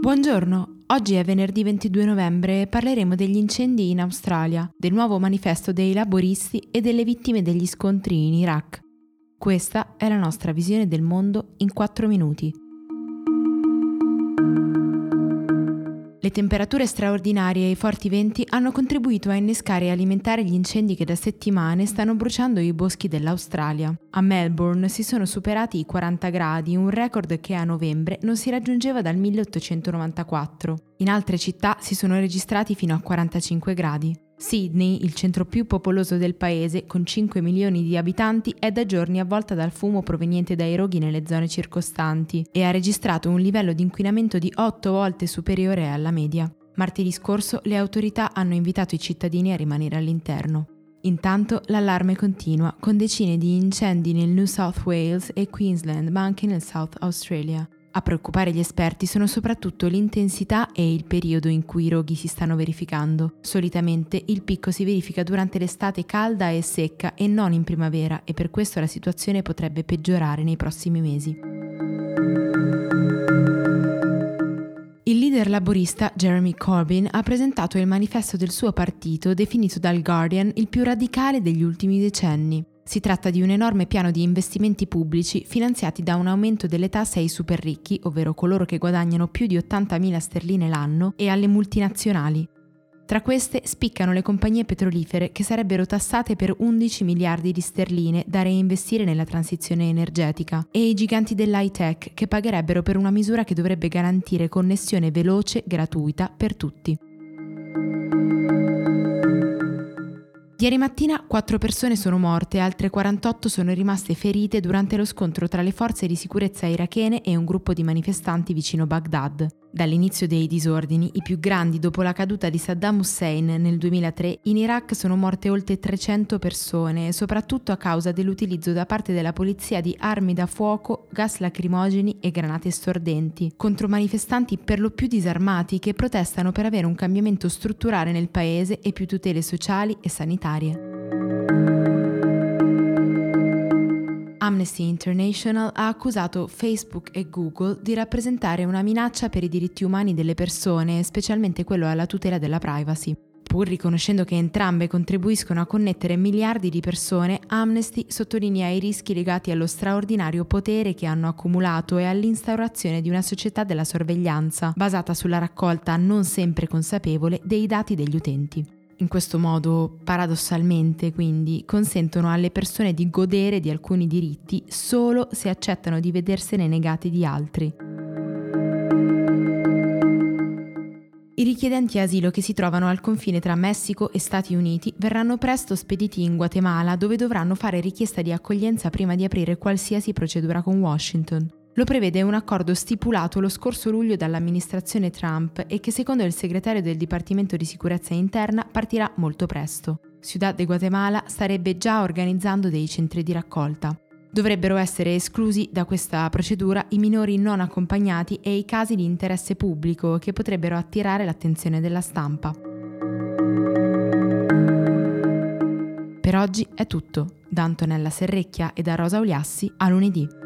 Buongiorno, oggi è venerdì 22 novembre e parleremo degli incendi in Australia, del nuovo manifesto dei laboristi e delle vittime degli scontri in Iraq. Questa è la nostra visione del mondo in 4 minuti. Le temperature straordinarie e i forti venti hanno contribuito a innescare e alimentare gli incendi che da settimane stanno bruciando i boschi dell'Australia. A Melbourne si sono superati i 40 gradi, un record che a novembre non si raggiungeva dal 1894. In altre città si sono registrati fino a 45 gradi. Sydney, il centro più popoloso del paese, con 5 milioni di abitanti, è da giorni avvolta dal fumo proveniente dai roghi nelle zone circostanti e ha registrato un livello di inquinamento di 8 volte superiore alla media. Martedì scorso le autorità hanno invitato i cittadini a rimanere all'interno. Intanto l'allarme continua, con decine di incendi nel New South Wales e Queensland, ma anche nel South Australia. A preoccupare gli esperti sono soprattutto l'intensità e il periodo in cui i roghi si stanno verificando. Solitamente il picco si verifica durante l'estate calda e secca e non in primavera, e per questo la situazione potrebbe peggiorare nei prossimi mesi. Il leader laborista Jeremy Corbyn ha presentato il manifesto del suo partito, definito dal Guardian il più radicale degli ultimi decenni. Si tratta di un enorme piano di investimenti pubblici finanziati da un aumento delle tasse ai super ricchi, ovvero coloro che guadagnano più di 80.000 sterline l'anno, e alle multinazionali. Tra queste spiccano le compagnie petrolifere, che sarebbero tassate per 11 miliardi di sterline da reinvestire nella transizione energetica, e i giganti dell'high tech, che pagherebbero per una misura che dovrebbe garantire connessione veloce, gratuita per tutti. Ieri mattina 4 persone sono morte e altre 48 sono rimaste ferite durante lo scontro tra le forze di sicurezza irachene e un gruppo di manifestanti vicino Baghdad. Dall'inizio dei disordini, i più grandi dopo la caduta di Saddam Hussein nel 2003, in Iraq sono morte oltre 300 persone, soprattutto a causa dell'utilizzo da parte della polizia di armi da fuoco, gas lacrimogeni e granate stordenti, contro manifestanti per lo più disarmati che protestano per avere un cambiamento strutturale nel paese e più tutele sociali e sanitarie. Amnesty International ha accusato Facebook e Google di rappresentare una minaccia per i diritti umani delle persone, specialmente quello alla tutela della privacy. Pur riconoscendo che entrambe contribuiscono a connettere miliardi di persone, Amnesty sottolinea i rischi legati allo straordinario potere che hanno accumulato e all'instaurazione di una società della sorveglianza, basata sulla raccolta non sempre consapevole dei dati degli utenti. In questo modo, paradossalmente, quindi, consentono alle persone di godere di alcuni diritti solo se accettano di vedersene negati di altri. I richiedenti asilo che si trovano al confine tra Messico e Stati Uniti verranno presto spediti in Guatemala, dove dovranno fare richiesta di accoglienza prima di aprire qualsiasi procedura con Washington. Lo prevede un accordo stipulato lo scorso luglio dall'amministrazione Trump e che, secondo il segretario del Dipartimento di Sicurezza Interna, partirà molto presto. Ciudad de Guatemala starebbe già organizzando dei centri di raccolta. Dovrebbero essere esclusi da questa procedura i minori non accompagnati e i casi di interesse pubblico che potrebbero attirare l'attenzione della stampa. Per oggi è tutto. Da Antonella Serrecchia e da Rosa Uliassi, a lunedì.